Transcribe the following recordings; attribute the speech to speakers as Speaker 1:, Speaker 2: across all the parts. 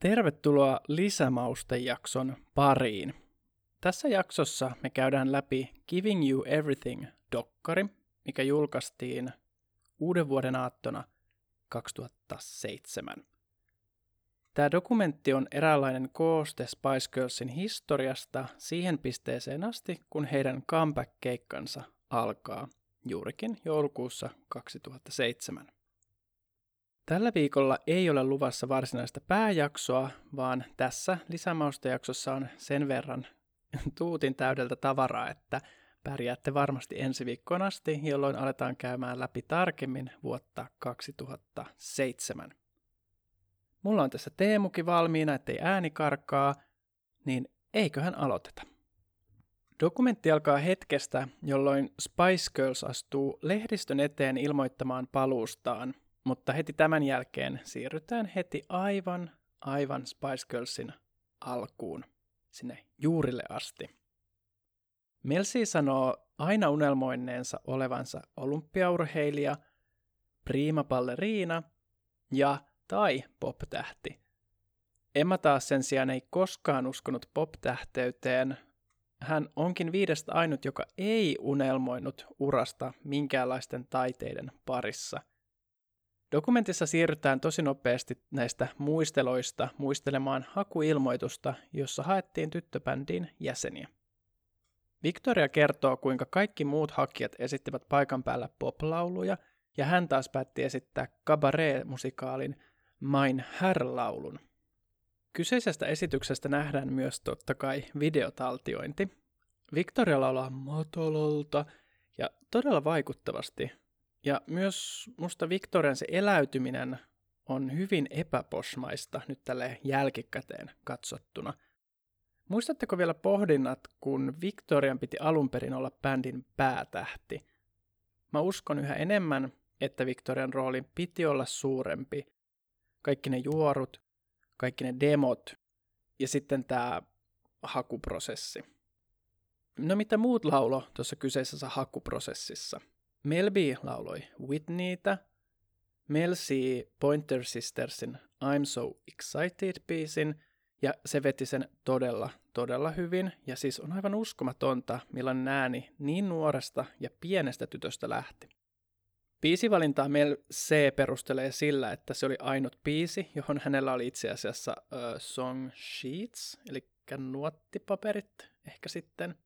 Speaker 1: Tervetuloa lisämaustejakson pariin. Tässä jaksossa me käydään läpi Giving You Everything-dokkari, mikä julkaistiin uuden vuoden aattona 2007. Tämä dokumentti on eräänlainen kooste Spice Girlsin historiasta siihen pisteeseen asti, kun heidän comeback-keikkansa alkaa juurikin joulukuussa 2007. Tällä viikolla ei ole luvassa varsinaista pääjaksoa, vaan tässä lisämaustejaksossa on sen verran tuutin täydeltä tavaraa, että pärjäätte varmasti ensi viikkoon asti, jolloin aletaan käymään läpi tarkemmin vuotta 2007. Mulla on tässä Teemukin valmiina, ettei ääni karkaa, niin eiköhän aloiteta. Dokumentti alkaa hetkestä, jolloin Spice Girls astuu lehdistön eteen ilmoittamaan paluustaan, mutta heti tämän jälkeen siirrytään heti aivan Spice Girlsin alkuun, sinne juurille asti. Mel C sanoo aina unelmoineensa olevansa olympiaurheilija, prima ballerina tai pop-tähti. Emma taas sen sijaan ei koskaan uskonut pop-tähteyteen. Hän onkin viidestä ainut, joka ei unelmoinut urasta minkäänlaisten taiteiden parissa. Dokumentissa siirrytään tosi nopeasti näistä muisteloista muistelemaan hakuilmoitusta, jossa haettiin tyttöbändiin jäseniä. Victoria kertoo, kuinka kaikki muut hakijat esittivät paikan päällä pop-lauluja, ja hän taas päätti esittää cabaret-musikaalin Mein Herr-laulun. Kyseisestä esityksestä nähdään myös totta kai videotaltiointi. Victoria laulaa matalalta ja todella vaikuttavasti. Ja myös musta Victorian se eläytyminen on hyvin epäposmaista nyt tälleen jälkikäteen katsottuna. Muistatteko vielä pohdinnat, kun Victorian piti alun perin olla bändin päätähti? Mä uskon yhä enemmän, että Victorian roolin piti olla suurempi. Kaikki ne juorut, kaikki ne demot ja sitten tämä hakuprosessi. No mitä muut laulo tuossa kyseisessä hakuprosessissa? Mel B lauloi Whitneytä, Mel C Pointer Sistersin I'm So Excited-biisin, ja se veti sen todella hyvin, ja siis on aivan uskomatonta, millainen ääni niin nuoresta ja pienestä tytöstä lähti. Biisivalintaa Mel C perustelee sillä, että se oli ainut biisi, johon hänellä oli itse asiassa song sheets, eli nuottipaperit ehkä sitten.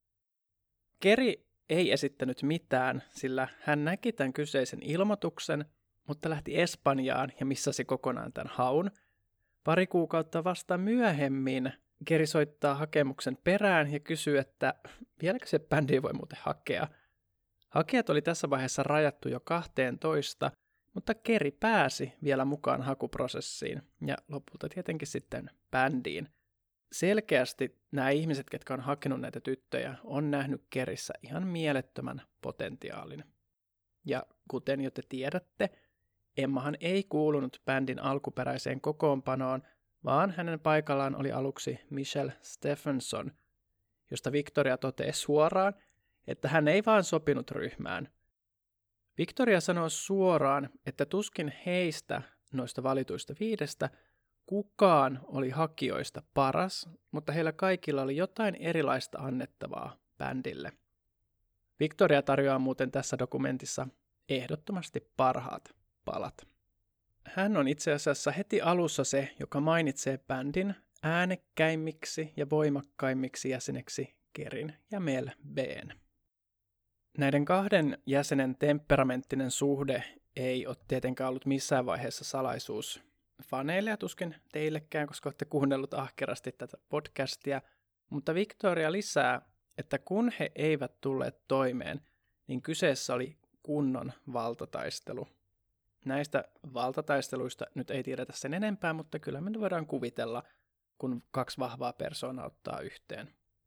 Speaker 1: Keri ei esittänyt mitään, sillä hän näki tämän kyseisen ilmoituksen, mutta lähti Espanjaan ja missasi kokonaan tämän haun. Pari kuukautta vasta myöhemmin Keri soittaa hakemuksen perään ja kysyy, että vieläkö se bändiä voi muuten hakea. Hakijat oli tässä vaiheessa rajattu jo 12, mutta Keri pääsi vielä mukaan hakuprosessiin ja lopulta tietenkin sitten bändiin. Selkeästi nämä ihmiset, ketkä on hakenut näitä tyttöjä, on nähnyt Kerissä ihan mielettömän potentiaalin. Ja kuten jo te tiedätte, Emmahan ei kuulunut bändin alkuperäiseen kokoonpanoon, vaan hänen paikallaan oli aluksi Michelle Stephenson, josta Victoria toteaa suoraan, että hän ei vaan sopinut ryhmään. Victoria sanoo suoraan, että tuskin heistä, noista valituista 5, kukaan oli hakijoista paras, mutta heillä kaikilla oli jotain erilaista annettavaa bändille. Victoria tarjoaa muuten tässä dokumentissa ehdottomasti parhaat palat. Hän on itse asiassa heti alussa se, joka mainitsee bändin äänekkäimmiksi ja voimakkaimmiksi jäseneksi Kerin ja Mel B:n. Näiden 2 jäsenen temperamenttinen suhde ei ole tietenkään ollut missään vaiheessa salaisuus faneille ja tuskin teillekään, koska olette kuunnellut ahkerasti tätä podcastia, mutta Victoria lisää, että kun he eivät tulleet toimeen, niin kyseessä oli kunnon valtataistelu. Näistä valtataisteluista nyt ei tiedetä sen enempää, mutta kyllä me voidaan kuvitella, kun 2 vahvaa persoonaa ottaa yhteen.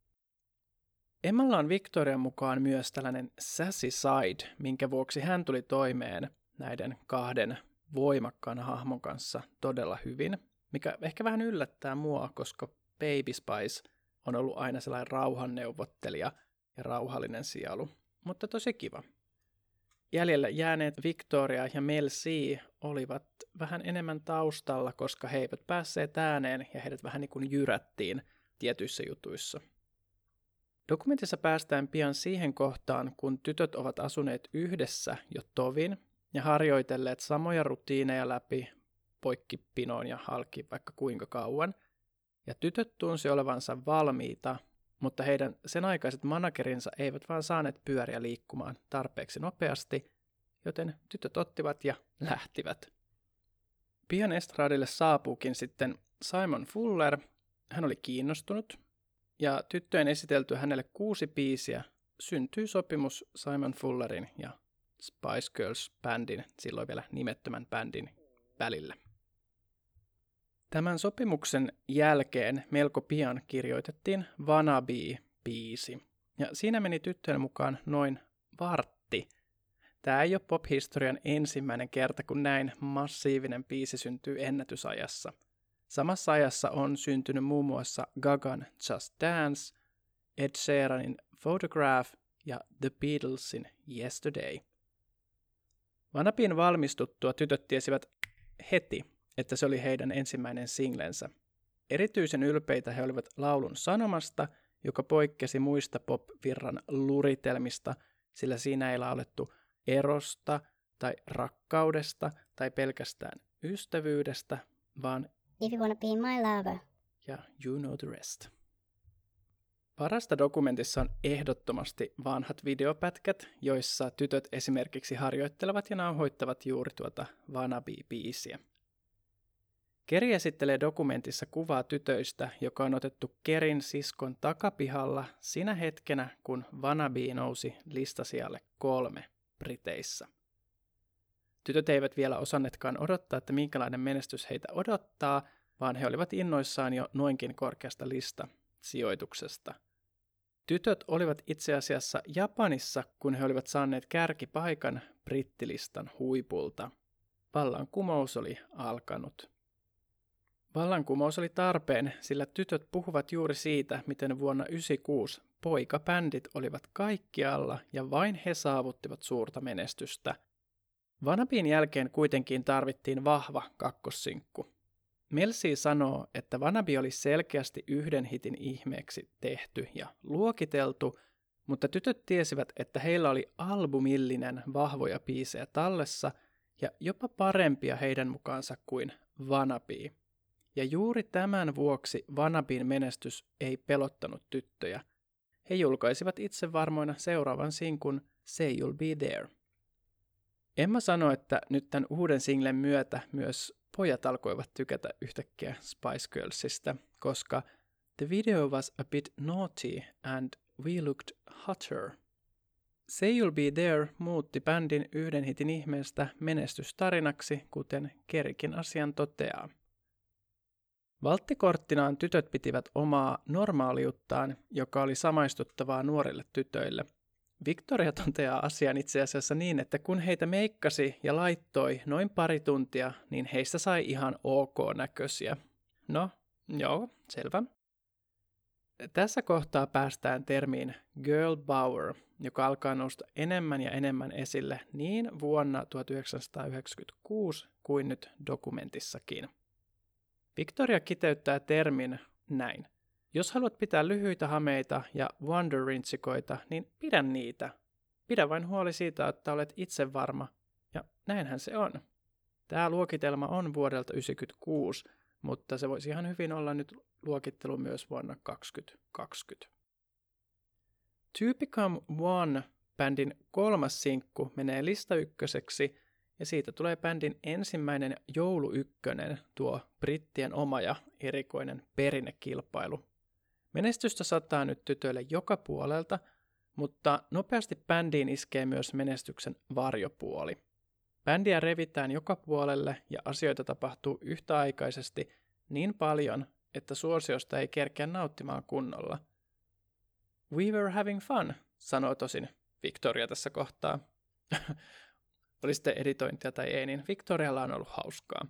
Speaker 1: Emmalla on Victorian mukaan myös tällainen sassy side, minkä vuoksi hän tuli toimeen näiden 2 voimakkaan hahmon kanssa todella hyvin, mikä ehkä vähän yllättää mua, koska Baby Spice on ollut aina sellainen rauhanneuvottelija ja rauhallinen sielu, mutta tosi kiva. jäljelle jääneet Victoria ja Mel C olivat vähän enemmän taustalla, koska he eivät päässeet ääneen ja heidät vähän niin kuin jyrättiin tietyissä jutuissa. Dokumentissa päästään pian siihen kohtaan, kun tytöt ovat asuneet yhdessä jo tovin ja harjoitelleet samoja rutiineja läpi poikkipinoon ja halki vaikka kuinka kauan. Ja tytöt tunsi olevansa valmiita, mutta heidän sen aikaiset managerinsa eivät vaan saaneet pyöriä liikkumaan tarpeeksi nopeasti, joten tytöt ottivat ja lähtivät. Pian estradille saapuukin sitten Simon Fuller. Hän oli kiinnostunut, ja tyttöjen esiteltyä hänelle 6 biisiä syntyi sopimus Simon Fullerin ja Spice Girls-bändin, silloin vielä nimettömän bändin, välillä. Tämän sopimuksen jälkeen melko pian kirjoitettiin Wannabe-biisi, ja siinä meni tyttöjen mukaan noin vartti. Tämä ei ole pop-historian ensimmäinen kerta, kun näin massiivinen biisi syntyy ennätysajassa. Samassa ajassa on syntynyt muun muassa Gagan Just Dance, Ed Sheeranin Photograph ja The Beatlesin Yesterday. Wannabeen valmistuttua tytöt tiesivät heti, että se oli heidän ensimmäinen singlensä. Erityisen ylpeitä he olivat laulun sanomasta, joka poikkesi muista pop-virran luritelmista, sillä siinä ei laulettu erosta tai rakkaudesta tai pelkästään ystävyydestä, vaan
Speaker 2: If you wanna be my lover.
Speaker 1: Ja you know the rest. Parasta dokumentissa on ehdottomasti vanhat videopätkät, joissa tytöt esimerkiksi harjoittelevat ja nauhoittavat juuri tuota Wannabe-biisiä. Keri esittelee dokumentissa kuvaa tytöistä, joka on otettu Kerin siskon takapihalla sinä hetkenä, kun Wannabe nousi listasijalle 3 Briteissä. Tytöt eivät vielä osanneetkaan odottaa, että minkälainen menestys heitä odottaa, vaan he olivat innoissaan jo noinkin korkeasta listasijoituksesta. Tytöt olivat itse asiassa Japanissa, kun he olivat saaneet kärkipaikan brittilistan huipulta. Vallankumous oli alkanut. Vallankumous oli tarpeen, sillä tytöt puhuvat juuri siitä, miten vuonna 1996 poikabändit olivat kaikkialla ja vain he saavuttivat suurta menestystä. Wannabeen jälkeen kuitenkin tarvittiin vahva kakkossinkku. Mel C sanoo, että Wannabe oli selkeästi yhden hitin ihmeeksi tehty ja luokiteltu, mutta tytöt tiesivät, että heillä oli albumillinen vahvoja biisejä tallessa ja jopa parempia heidän mukaansa kuin Wannabe. Ja juuri tämän vuoksi Wannabeen menestys ei pelottanut tyttöjä. He julkaisivat itsevarmoina seuraavan sinkun Say You'll Be There. Emma sanoi, että nyt tämän uuden singlen myötä myös pojat alkoivat tykätä yhtäkkiä Spice Girlsista, koska the video was a bit naughty and we looked hotter. Say You'll Be There muutti bändin yhden hitin ihmeestä menestystarinaksi, kuten Kerikin asian toteaa. Valttikorttinaan tytöt pitivät omaa normaaliuttaan, joka oli samaistuttavaa nuorille tytöille. Victoria toteaa asian itse asiassa niin, että kun heitä meikkasi ja laittoi noin pari tuntia, niin heistä sai ihan ok-näköisiä. No, joo, selvä. Tässä kohtaa päästään termiin girl power, joka alkaa nousta enemmän ja enemmän esille niin vuonna 1996 kuin nyt dokumentissakin. Victoria kiteyttää termin näin. Jos haluat pitää lyhyitä hameita ja wonder-rintsikoita, niin pidä niitä. Pidä vain huoli siitä, että olet itse varma. Ja näinhän se on. Tämä luokitelma on vuodelta 1996, mutta se voisi ihan hyvin olla nyt luokittelu myös vuonna 2020. To Become One -bändin 3. sinkku menee listaykköseksi, ja siitä tulee bändin ensimmäinen jouluykkönen, tuo brittien oma ja erikoinen perinnekilpailu. Menestystä sataa nyt tytöille joka puolelta, mutta nopeasti bändiin iskee myös menestyksen varjopuoli. Bändiä revitään joka puolelle ja asioita tapahtuu yhtäaikaisesti niin paljon, että suosiosta ei kerkeä nauttimaan kunnolla. We were having fun, sanoo tosin Victoria tässä kohtaa. Oli sitten editointia tai ei, niin Victorialla on ollut hauskaa.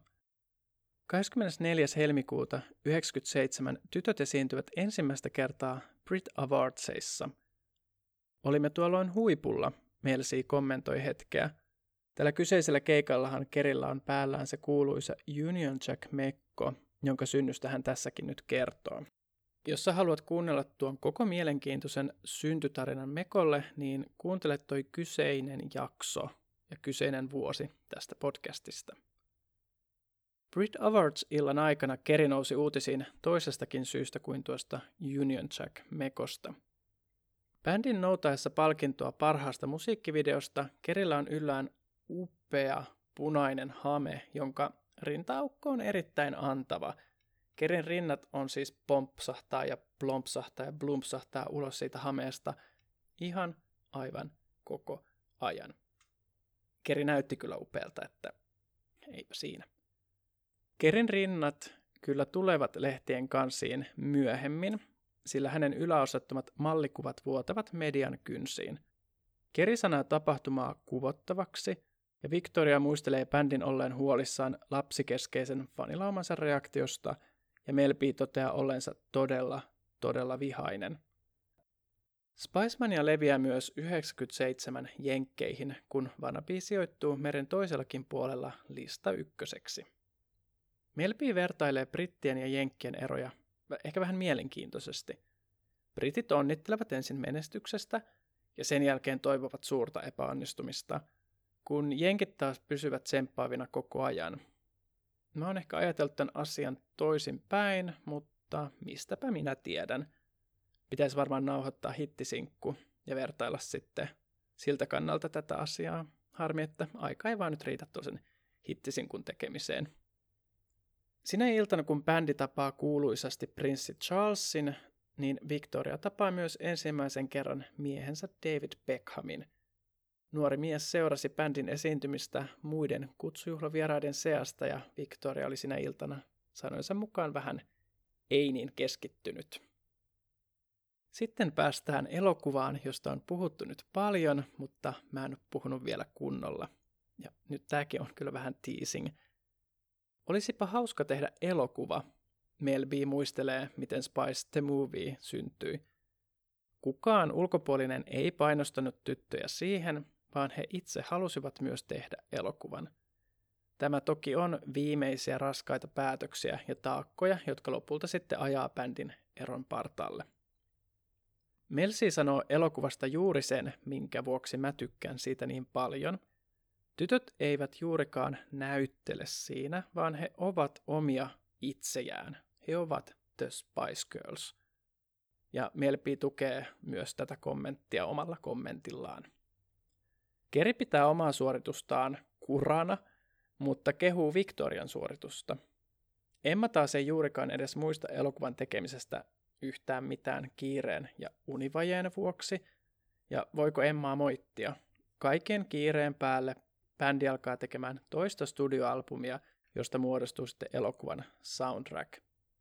Speaker 1: 24. helmikuuta 1997 tytöt esiintyvät ensimmäistä kertaa Brit Awardsissa. Olimme tuolloin huipulla. Mel C kommentoi hetkeä. Tällä kyseisellä keikallahan Kerillä on päällään se kuuluisa Union Jack-mekko, jonka synnystä hän tässäkin nyt kertoo. Jos sä haluat kuunnella tuon koko mielenkiintoisen syntytarinan mekolle, niin kuuntele toi kyseinen jakso ja kyseinen vuosi tästä podcastista. Brit Awards-illan aikana Keri nousi uutisiin toisestakin syystä kuin tuosta Union Jack-mekosta. Bändin noutaessa palkintoa parhaasta musiikkivideosta Kerillä on yllään upea punainen hame, jonka rintaaukko on erittäin antava. Kerin rinnat on siis pompsahtaa ja plompsahtaa ja blumpsahtaa ulos siitä hameesta ihan aivan koko ajan. Keri näytti kyllä upealta, että eipä siinä. Kerin rinnat kyllä tulevat lehtien kansiin myöhemmin, sillä hänen yläosattomat mallikuvat vuotavat median kynsiin. Keri sanoo tapahtumaa kuvottavaksi, ja Victoria muistelee bändin olleen huolissaan lapsikeskeisen fanilaumansa reaktiosta, ja Mel B toteaa ollensa todella vihainen. Spice Mania leviää myös 97 jenkkeihin, kun Wannabe sijoittuu meren toisellakin puolella lista ykköseksi. Mel B vertailee brittien ja jenkkien eroja ehkä vähän mielenkiintoisesti. Britit onnittelevat ensin menestyksestä ja sen jälkeen toivovat suurta epäonnistumista, kun jenkit taas pysyvät tsemppaavina koko ajan. Mä oon ehkä ajatellut tämän asian toisin päin, mutta mistäpä minä tiedän. Pitäisi varmaan nauhoittaa hittisinkku ja vertailla sitten siltä kannalta tätä asiaa. Harmi, että aika ei vaan nyt riitä toisen hittisinkun tekemiseen. Sinä iltana, kun bändi tapaa kuuluisasti prinssi Charlesin, niin Victoria tapaa myös ensimmäisen kerran miehensä David Beckhamin. Nuori mies seurasi bändin esiintymistä muiden kutsujuhlavieraiden seasta ja Victoria oli sinä iltana sanojensa mukaan vähän ei niin keskittynyt. Sitten päästään elokuvaan, josta on puhuttu nyt paljon, mutta mä en ole puhunut vielä kunnolla. Ja nyt tääkin on kyllä vähän teasing. Olisipa hauska tehdä elokuva. Mel B muistelee, miten Spice the Movie syntyi. Kukaan ulkopuolinen ei painostanut tyttöjä siihen, vaan he itse halusivat myös tehdä elokuvan. Tämä toki on viimeisiä raskaita päätöksiä ja taakkoja, jotka lopulta sitten ajaa bändin eron partaalle. Mel C sanoo elokuvasta juuri sen, minkä vuoksi mä tykkään siitä niin paljon. Tytöt eivät juurikaan näyttele siinä, vaan he ovat omia itsejään. He ovat The Spice Girls. Ja Mel B tukee myös tätä kommenttia omalla kommentillaan. Keri pitää omaa suoritustaan kurana, mutta kehuu Victorian suoritusta. Emma taas ei juurikaan edes muista elokuvan tekemisestä yhtään mitään kiireen ja univajeen vuoksi, ja voiko Emmaa moittia? Kaiken kiireen päälle bändi alkaa tekemään toista studioalbumia, josta muodostuu sitten elokuvan soundtrack.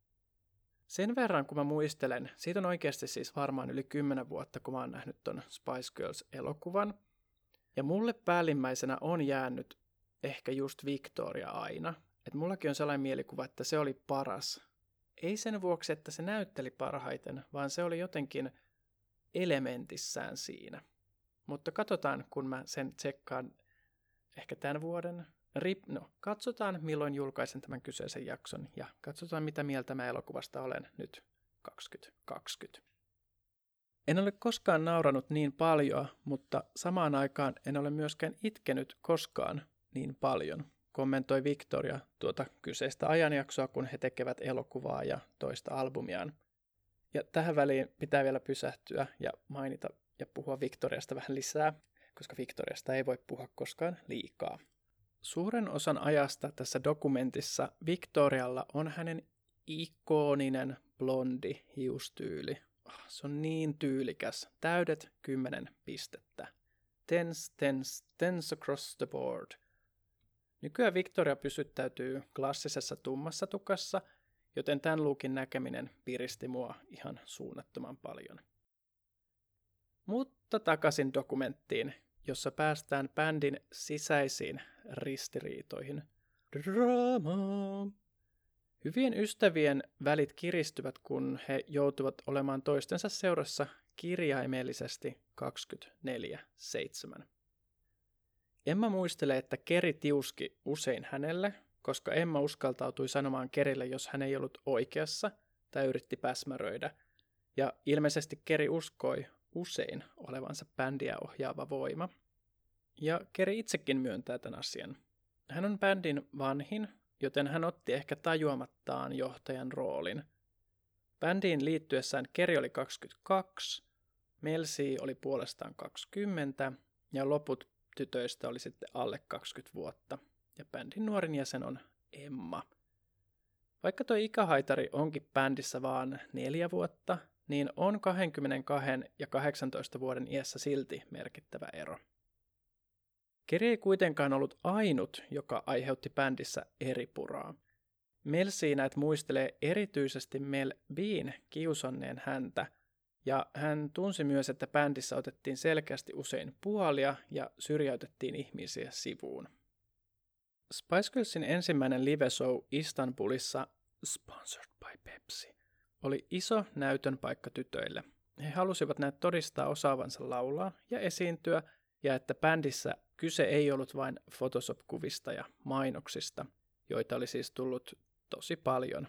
Speaker 1: Sen verran, kun mä muistelen, siitä on oikeasti siis varmaan yli 10 vuotta, kun mä oon nähnyt ton Spice Girls-elokuvan. Ja mulle päällimmäisenä on jäänyt ehkä just Victoria aina. Että mullakin on sellainen mielikuva, että se oli paras. Ei sen vuoksi, että se näytteli parhaiten, vaan se oli jotenkin elementissään siinä. Mutta katsotaan, kun mä sen tsekkaan ehkä tämän vuoden. Katsotaan, milloin julkaisen tämän kyseisen jakson ja katsotaan, mitä mieltä mä elokuvasta olen nyt 2020. En ole koskaan nauranut niin paljon, mutta samaan aikaan en ole myöskään itkenyt koskaan niin paljon, kommentoi Victoria tuota kyseistä ajanjaksoa, kun he tekevät elokuvaa ja toista albumiaan. Ja tähän väliin pitää vielä pysähtyä ja mainita ja puhua Victoriasta vähän lisää, koska Victoriasta ei voi puhua koskaan liikaa. Suuren osan ajasta tässä dokumentissa Victorialla on hänen ikoninen blondi hiustyyli. Se on niin tyylikäs. Täydet 10 pistettä. Tens across the board. Nykyään Victoria pysyttäytyy klassisessa tummassa tukassa, joten tämän lookin näkeminen piristi mua ihan suunnattoman paljon. Mutta takaisin dokumenttiin, jossa päästään bändin sisäisiin ristiriitoihin. Drama. Hyvien ystävien välit kiristyvät, kun he joutuvat olemaan toistensa seurassa kirjaimellisesti 24/7. Emma muistelee, että Kerry tiuski usein hänelle, koska Emma uskaltautui sanomaan Kerrylle, jos hän ei ollut oikeassa tai yritti päsmäröidä. Ja ilmeisesti Kerry uskoi usein olevansa bändiä ohjaava voima. Ja Kerry itsekin myöntää tämän asian. Hän on bändin vanhin, joten hän otti ehkä tajuamattaan johtajan roolin. Bändiin liittyessään Kerry oli 22, Mel C oli puolestaan 20 ja loput tytöistä oli sitten alle 20 vuotta. Ja bändin nuorin jäsen on Emma. Vaikka tuo ikähaitari onkin bändissä vaan 4 vuotta, niin on 22 ja 18 vuoden iässä silti merkittävä ero. Kerry ei kuitenkaan ollut ainut, joka aiheutti bändissä eripuraa. Mel C näet muistelee erityisesti Mel B:n kiusanneen häntä, ja hän tunsi myös, että bändissä otettiin selkeästi usein puolia ja syrjäytettiin ihmisiä sivuun. Spice Girlsin ensimmäinen live-show Istanbulissa, sponsored by Pepsi, oli iso näytön paikka tytöille. He halusivat näet todistaa osaavansa laulaa ja esiintyä, ja että bändissä kyse ei ollut vain Photoshop-kuvista ja mainoksista, joita oli siis tullut tosi paljon.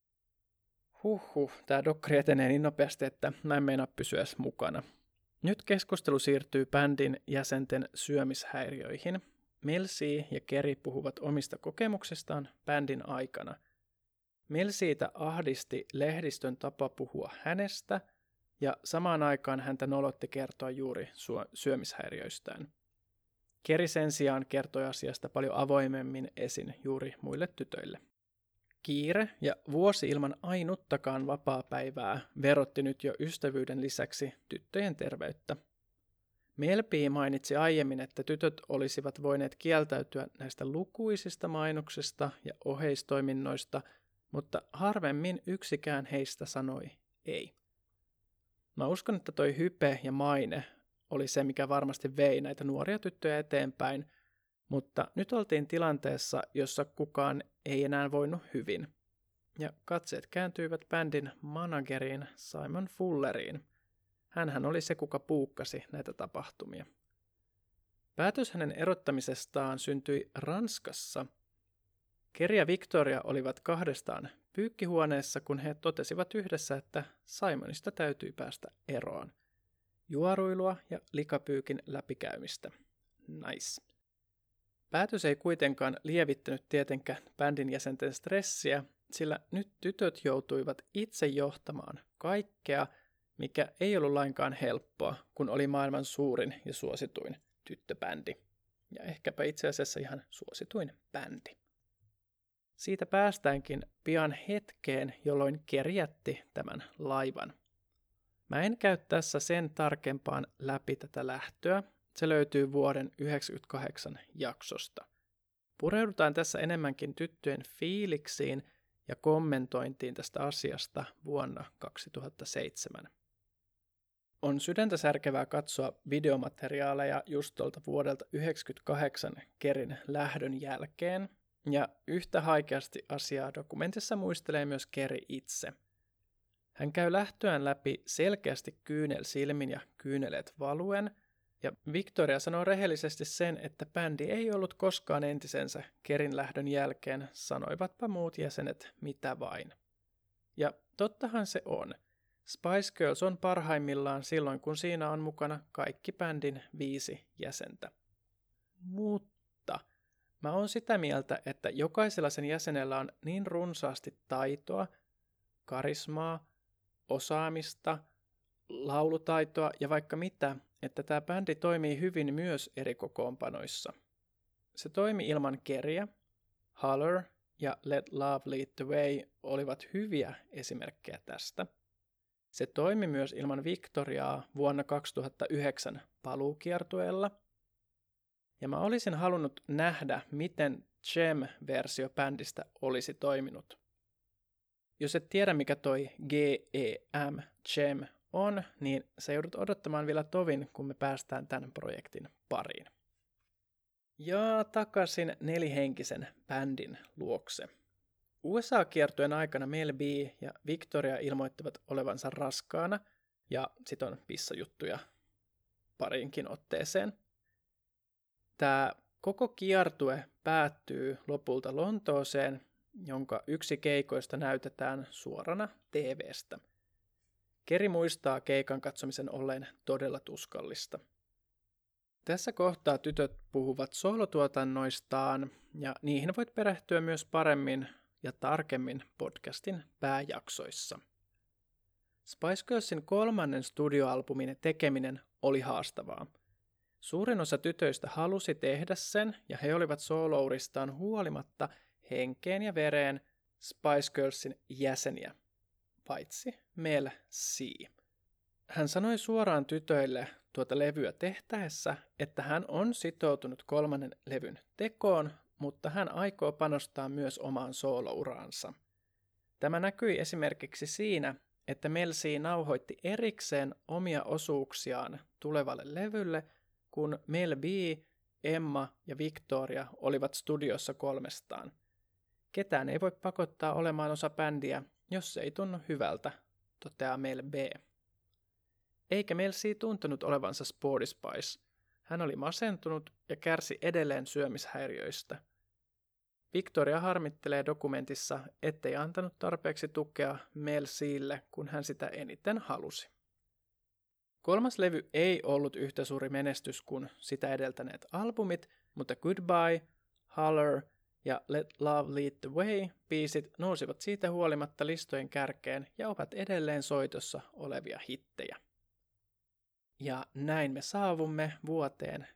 Speaker 1: Tää dokkari etenee niin nopeasti, että mä en meinaa pysyä edes mukana. Nyt keskustelu siirtyy bändin jäsenten syömishäiriöihin. Mel C ja Kerry puhuvat omista kokemuksistaan bändin aikana. Mel C:tä ahdisti lehdistön tapa puhua hänestä, ja samaan aikaan häntä nolotti kertoa juuri syömishäiriöistään. Kerry sen sijaan kertoi asiasta paljon avoimemmin esin juuri muille tytöille. Kiire ja vuosi ilman ainuttakaan vapaapäivää verotti nyt jo ystävyyden lisäksi tyttöjen terveyttä. Mel B mainitsi aiemmin, että tytöt olisivat voineet kieltäytyä näistä lukuisista mainoksista ja oheistoiminnoista, mutta harvemmin yksikään heistä sanoi ei. Mä uskon, että toi hype ja maine oli se, mikä varmasti vei näitä nuoria tyttöjä eteenpäin, mutta nyt oltiin tilanteessa, jossa kukaan ei enää voinut hyvin. Ja katseet kääntyivät bändin manageriin Simon Fulleriin. Hänhän oli se, kuka puukkasi näitä tapahtumia. Päätös hänen erottamisestaan syntyi Ranskassa. Kerry ja Victoria olivat kahdestaan pyykkihuoneessa, kun he totesivat yhdessä, että Simonista täytyy päästä eroon. Juoruilua ja likapyykin läpikäymistä. Nice. Päätös ei kuitenkaan lievittänyt tietenkään bändin jäsenten stressiä, sillä nyt tytöt joutuivat itse johtamaan kaikkea, mikä ei ollut lainkaan helppoa, kun oli maailman suurin ja suosituin tyttöbändi. Ja ehkäpä itse asiassa ihan suosituin bändi. Siitä päästäänkin pian hetkeen, jolloin Kerry jätti tämän laivan. Mä en käy tässä sen tarkempaan läpi tätä lähtöä. Se löytyy vuoden 1998 jaksosta. Pureudutaan tässä enemmänkin tyttöjen fiiliksiin ja kommentointiin tästä asiasta vuonna 2007. On sydäntä särkevää katsoa videomateriaaleja just tuolta vuodelta 1998 Kerryn lähdön jälkeen, ja yhtä haikeasti asiaa dokumentissa muistelee myös Kerry itse. Hän käy lähtöään läpi selkeästi kyynelsilmin ja kyyneleet valuen, ja Victoria sanoo rehellisesti sen, että bändi ei ollut koskaan entisensä Kerryn lähdön jälkeen, sanoivatpa muut jäsenet mitä vain. Ja tottahan se on. Spice Girls on parhaimmillaan silloin, kun siinä on mukana kaikki bändin 5 jäsentä. Mutta mä oon sitä mieltä, että jokaisella sen jäsenellä on niin runsaasti taitoa, karismaa, osaamista, laulutaitoa ja vaikka mitä, että tämä bändi toimii hyvin myös eri kokoonpanoissa. Se toimi ilman Kerryä, Holler ja Let Love Lead the Way olivat hyviä esimerkkejä tästä. Se toimi myös ilman Victoriaa vuonna 2009 paluukiertueella. Ja mä olisin halunnut nähdä, miten Gem-versio bändistä olisi toiminut. Jos et tiedä, mikä toi GEM, Gem, on, niin sä joudut odottamaan vielä tovin, kun me päästään tämän projektin pariin. Ja takaisin 4-henkisen bändin luokse. USA-kiertueen aikana Mel B ja Victoria ilmoittivat olevansa raskaana, ja sit on pissajuttuja pariinkin otteeseen. Tämä Koko kiertue päättyy lopulta Lontooseen, jonka yksi keikoista näytetään suorana TV:stä. Kerry muistaa keikan katsomisen olleen todella tuskallista. Tässä kohtaa tytöt puhuvat soolotuotannoistaan ja niihin voit perehtyä myös paremmin ja tarkemmin podcastin pääjaksoissa. Spice Girlsin 3. studioalbumin tekeminen oli haastavaa. Suurin osa tytöistä halusi tehdä sen ja he olivat soolouristaan huolimatta henkeen ja vereen Spice Girlsin jäseniä, paitsi Mel C. Hän sanoi suoraan tytöille tuota levyä tehtäessä, että hän on sitoutunut 3. levyn tekoon, mutta hän aikoo panostaa myös omaan soolouraansa. Tämä näkyi esimerkiksi siinä, että Mel C nauhoitti erikseen omia osuuksiaan tulevalle levylle, kun Mel B, Emma ja Victoria olivat studiossa 3. Ketään ei voi pakottaa olemaan osa bändiä, jos se ei tunnu hyvältä, toteaa Mel B. Eikä Mel C tuntunut olevansa Sporty Spice. Hän oli masentunut ja kärsi edelleen syömishäiriöistä. Victoria harmittelee dokumentissa, ettei antanut tarpeeksi tukea Mel C:lle, kun hän sitä eniten halusi. 3. levy ei ollut yhtä suuri menestys kuin sitä edeltäneet albumit, mutta Goodbye, Holler ja Let Love Lead the Way biisit nousivat siitä huolimatta listojen kärkeen ja ovat edelleen soitossa olevia hittejä. Ja näin me saavumme vuoteen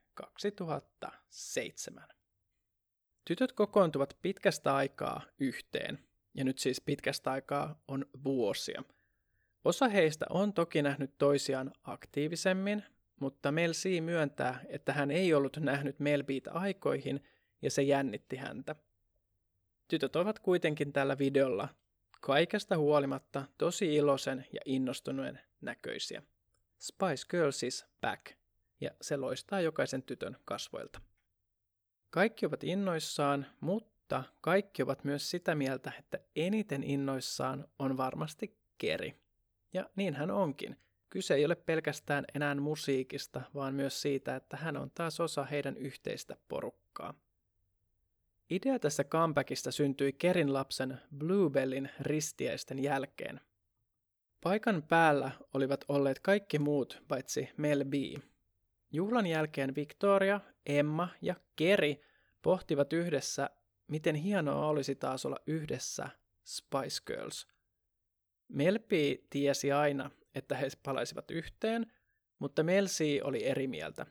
Speaker 1: 2007. Tytöt kokoontuvat pitkästä aikaa yhteen, ja nyt siis pitkästä aikaa on vuosia. Osa heistä on toki nähnyt toisiaan aktiivisemmin, mutta Mel C myöntää, että hän ei ollut nähnyt Mel B:tä aikoihin, ja se jännitti häntä. Tytöt ovat kuitenkin tällä videolla kaikesta huolimatta tosi iloisen ja innostuneen näköisiä. Spice Girls is back, ja se loistaa jokaisen tytön kasvoilta. Kaikki ovat innoissaan, mutta kaikki ovat myös sitä mieltä, että eniten innoissaan on varmasti Kerry. Ja niin hän onkin. Kyse ei ole pelkästään enää musiikista, vaan myös siitä, että hän on taas osa heidän yhteistä porukkaa. Idea tässä comebackista syntyi Kerryn lapsen Bluebellin ristiäisten jälkeen. Paikan päällä olivat olleet kaikki muut paitsi Mel B. Juhlan jälkeen Victoria, Emma ja Kerry pohtivat yhdessä, miten hienoa olisi taas olla yhdessä Spice Girls. Mel B tiesi aina, että he palaisivat yhteen, mutta Mel C oli eri mieltä.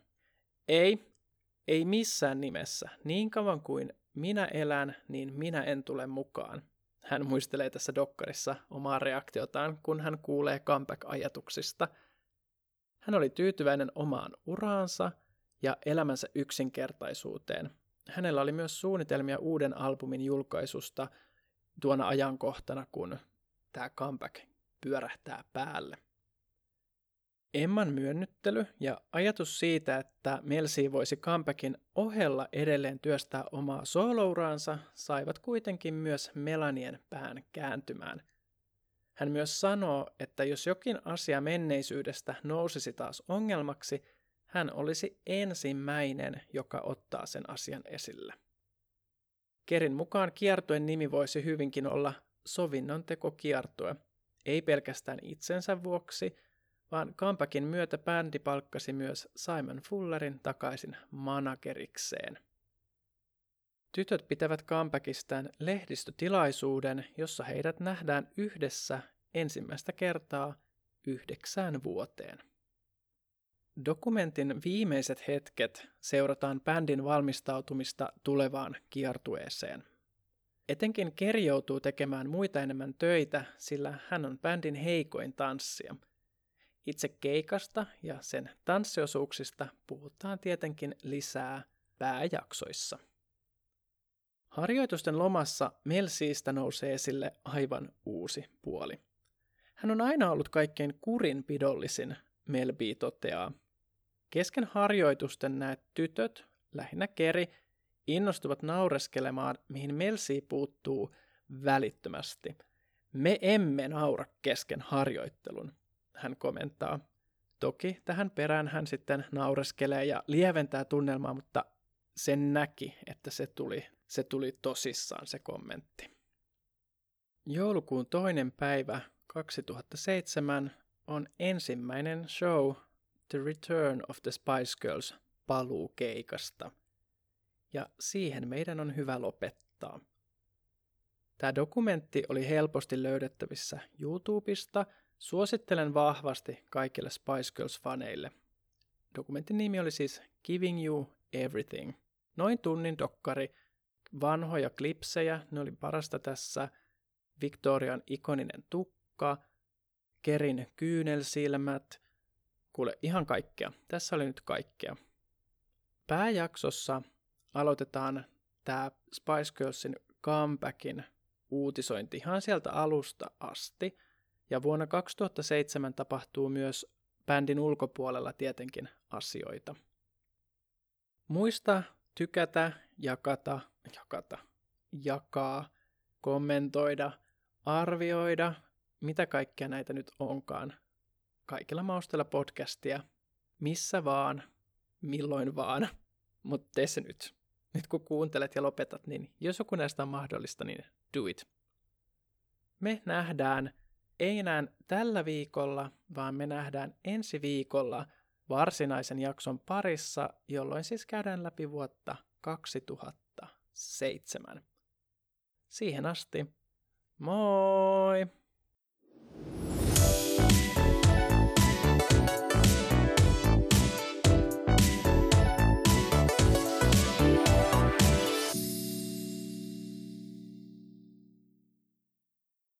Speaker 1: Ei missään nimessä. Niin kauan kuin minä elän, niin minä en tule mukaan. Hän muistelee tässä dokkarissa omaa reaktiotaan, kun hän kuulee comeback-ajatuksista. Hän oli tyytyväinen omaan uraansa ja elämänsä yksinkertaisuuteen. Hänellä oli myös suunnitelmia uuden albumin julkaisusta tuona ajankohtana, kun tämä comeback pyörähtää päälle. Emman myönnyttely ja ajatus siitä, että Mel C voisi comebackin ohella edelleen työstää omaa soolouraansa, saivat kuitenkin myös Melanien pään kääntymään. Hän myös sanoo, että jos jokin asia menneisyydestä nousisi taas ongelmaksi, hän olisi ensimmäinen, joka ottaa sen asian esille. Kerryn mukaan kiertueen nimi voisi hyvinkin olla sovinnontekokiertue, ei pelkästään itsensä vuoksi, vaan comebackin myötä bändi palkkasi myös Simon Fullerin takaisin managerikseen. Tytöt pitävät comebackistaan lehdistötilaisuuden, jossa heidät nähdään yhdessä ensimmäistä kertaa 9 vuoteen. Dokumentin viimeiset hetket seurataan bändin valmistautumista tulevaan kiertueeseen. Etenkin Kerry joutuu tekemään muita enemmän töitä, sillä hän on bändin heikoin tanssija. Itse keikasta ja sen tanssiosuuksista puhutaan tietenkin lisää pääjaksoissa. Harjoitusten lomassa Mel C:stä nousee esille aivan uusi puoli. Hän on aina ollut kaikkein kurinpidollisin, Mel B toteaa. Kesken harjoitusten näet tytöt, lähinnä Kerry, innostuvat naureskelemaan, mihin Mel C puuttuu välittömästi. Me emme naura kesken harjoittelun, hän kommentaa. Toki tähän perään hän sitten naureskelee ja lieventää tunnelmaa, mutta sen näki, että se tuli tosissaan se kommentti. Joulukuun 2. päivä 2007 on ensimmäinen show The Return of the Spice Girls paluukeikasta. Ja siihen meidän on hyvä lopettaa. Tämä dokumentti oli helposti löydettävissä YouTubesta. Suosittelen vahvasti kaikille Spice Girls-faneille. Dokumentin nimi oli siis Giving You Everything. Noin tunnin dokkari, vanhoja klipsejä, ne oli parasta tässä. Victorian ikoninen tukka, Kerin kyynelsilmät, kuule ihan kaikkea. Tässä oli nyt kaikkea. Pääjaksossa aloitetaan tämä Spice Girlsin comebackin uutisointi ihan sieltä alusta asti. Ja vuonna 2007 tapahtuu myös bändin ulkopuolella tietenkin asioita. Muista tykätä, jakaa, kommentoida, arvioida, mitä kaikkea näitä nyt onkaan. Kaikilla mausteilla podcastia, missä vaan, milloin vaan, mutta tee se nyt. Nyt kun kuuntelet ja lopetat, niin jos joku näistä on mahdollista, niin do it. Me nähdään ei enää tällä viikolla, vaan me nähdään ensi viikolla varsinaisen jakson parissa, jolloin siis käydään läpi vuotta 2007. Siihen asti, moi!